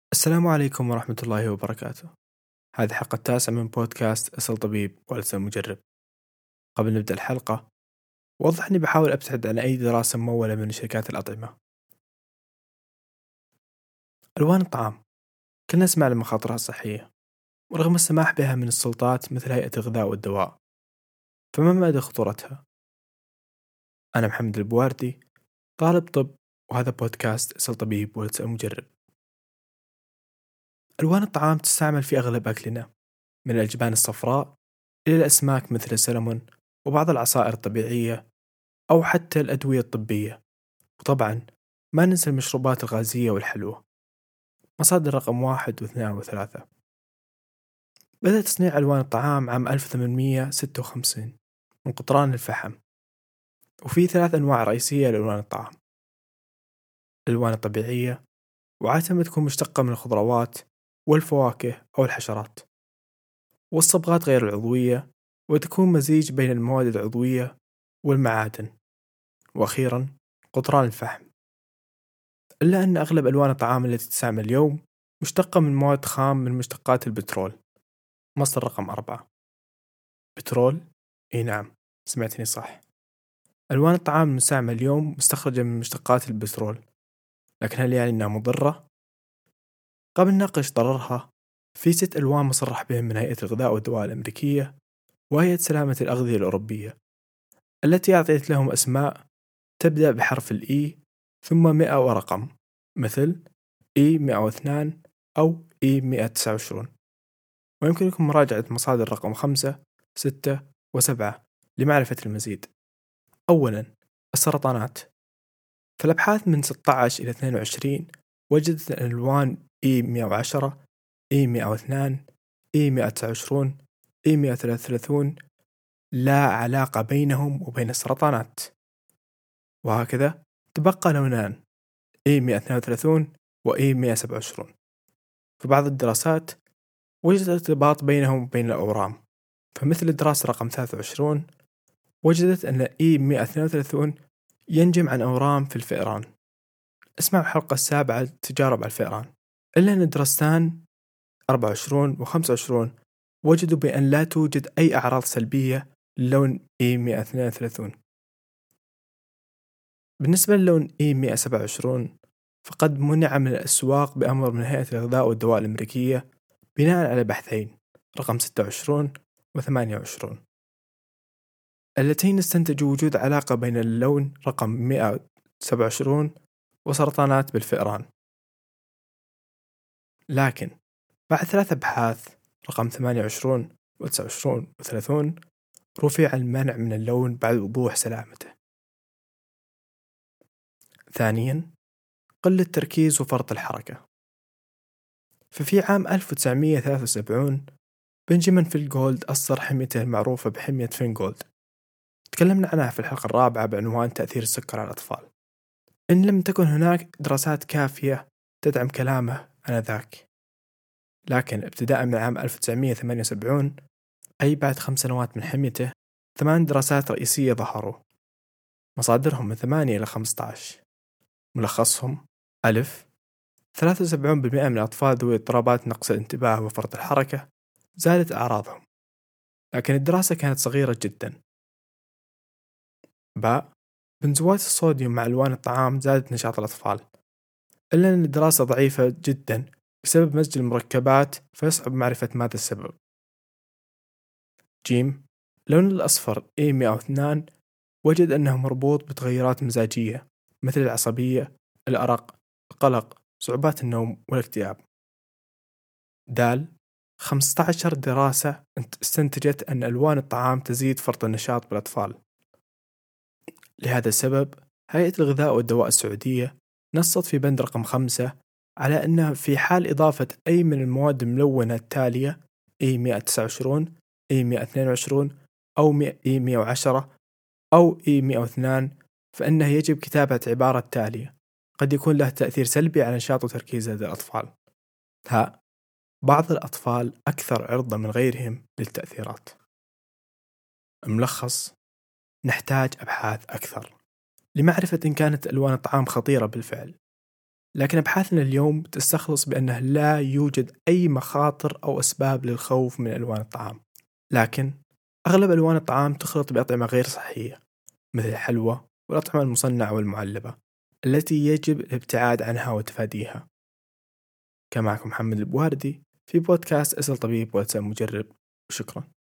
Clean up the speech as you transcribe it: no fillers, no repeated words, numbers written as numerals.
السلام عليكم ورحمة الله وبركاته. هذه الحلقة التاسعة من بودكاست أسأل طبيب وليس مجرب. قبل نبدأ الحلقة وضح أني بحاول أبتعد عن أي دراسة ممولة من شركات الأطعمة. ألوان الطعام كلنا نسمع عن مخاطرها الصحية، ورغم السماح بها من السلطات مثل هيئة الغذاء والدواء، فما مدى خطورتها؟ أنا محمد البواردي، طالب طب، وهذا بودكاست أسأل طبيب وليس مجرب. ألوان الطعام تستعمل في أغلب أكلنا، من الأجبان الصفراء إلى الأسماك مثل السلمون وبعض العصائر الطبيعية أو حتى الأدوية الطبية، وطبعا ما ننسى المشروبات الغازية والحلوى. مصادر رقم 1 و2 و3. بدأ تصنيع ألوان الطعام عام 1856 من قطران الفحم، وفي 3 أنواع رئيسية لألوان الطعام: الألوان الطبيعية، وعادة تكون مشتقة من الخضروات والفواكه أو الحشرات، والصبغات غير العضوية، وتكون مزيج بين المواد العضوية والمعادن، وأخيرا قطران الفحم. إلا أن أغلب ألوان الطعام التي تستعمل اليوم مشتقة من مواد خام من مشتقات البترول. مصدر رقم 4. بترول؟ إي نعم، سمعتني صح. ألوان الطعام المستعمل اليوم مستخرجة من مشتقات البترول، لكن هل يعني أنها مضرة؟ قبل نناقش ضررها، في 6 ألوان مصرح بهم من هيئة الغذاء والدواء الأمريكية وهيئة سلامة الأغذية الأوروبية، التي أعطيت لهم أسماء تبدأ بحرف الإي ثم 100 ورقم، مثل E102 أو E129. ويمكنكم مراجعة مصادر رقم 5 6 و7 لمعرفة المزيد. أولا، السرطانات. فالأبحاث من 16 إلى 22 وجدت أن ألوان E110 E102 E129 E133 لا علاقة بينهم وبين السرطانات، وهكذا تبقى لونان E132 و E127. في بعض الدراسات وجدت ارتباط بينهم وبين الأورام، فمثل الدراسة رقم 23 وجدت أن E132 ينجم عن أورام في الفئران. اسمعوا الحلقة 7 تجارب على الفئران. إلا أن دراستان 24 و 25 وجدوا بأن لا توجد أي أعراض سلبية للون E132. بالنسبة للون E127 فقد منع من الأسواق بأمر من هيئة الغذاء والدواء الأمريكية بناء على بحثين رقم 26 و 28 اللتين استنتجوا وجود علاقة بين اللون رقم 127 وسرطانات بالفئران. لكن بعد 3 أبحاث رقم 28 و 29 و 30 رفع المنع من اللون بعد وضوح سلامته. ثانيا، قلة التركيز وفرط الحركة. ففي عام 1973 بنجامين فينغولد أصدر حميته المعروفة بحمية فينغولد، تكلمنا عنها في الحلقة 4 بعنوان تأثير السكر على الأطفال. إن لم تكن هناك دراسات كافية تدعم كلامه آنذاك، لكن ابتداء من عام 1978، أي بعد 5 سنوات من حميته، 8 دراسات رئيسية ظهروا، مصادرهم من 8 إلى 15. ملخصهم: ألف، 73% من الأطفال ذوي اضطرابات نقص الانتباه وفرط الحركة زادت أعراضهم، لكن الدراسة كانت صغيرة جدا. باء، بنزوات الصوديوم مع ألوان الطعام زادت نشاط الأطفال، إلا أن الدراسة ضعيفة جدا بسبب مزج المركبات، فيصعب معرفة ماذا السبب. جيم، اللون الأصفر E102 وجد أنه مربوط بتغيرات مزاجية مثل العصبية، الأرق، القلق، صعوبات النوم والاكتئاب. دال، 15 دراسة استنتجت أن ألوان الطعام تزيد فرط النشاط بالأطفال. لهذا السبب هيئة الغذاء والدواء السعودية نصت في بند رقم 5 على أنه في حال إضافة أي من المواد الملونة التالية E129 E122 أو E110 أو E102 فإنه يجب كتابة عبارة التالية قد يكون له تأثير سلبي على نشاط وتركيز لدى الأطفال. بعض الأطفال أكثر عرضة من غيرهم للتأثيرات. ملخص: نحتاج أبحاث أكثر لمعرفة إن كانت ألوان الطعام خطيرة بالفعل. لكن أبحاثنا اليوم تستخلص بأنه لا يوجد أي مخاطر أو أسباب للخوف من ألوان الطعام. لكن أغلب ألوان الطعام تخلط بأطعمة غير صحية مثل الحلوى والأطعمة المصنعة والمعلبة التي يجب الابتعاد عنها وتفاديها. كان معكم محمد البواردي في بودكاست اسأل طبيب واسأل مجرب، وشكرا.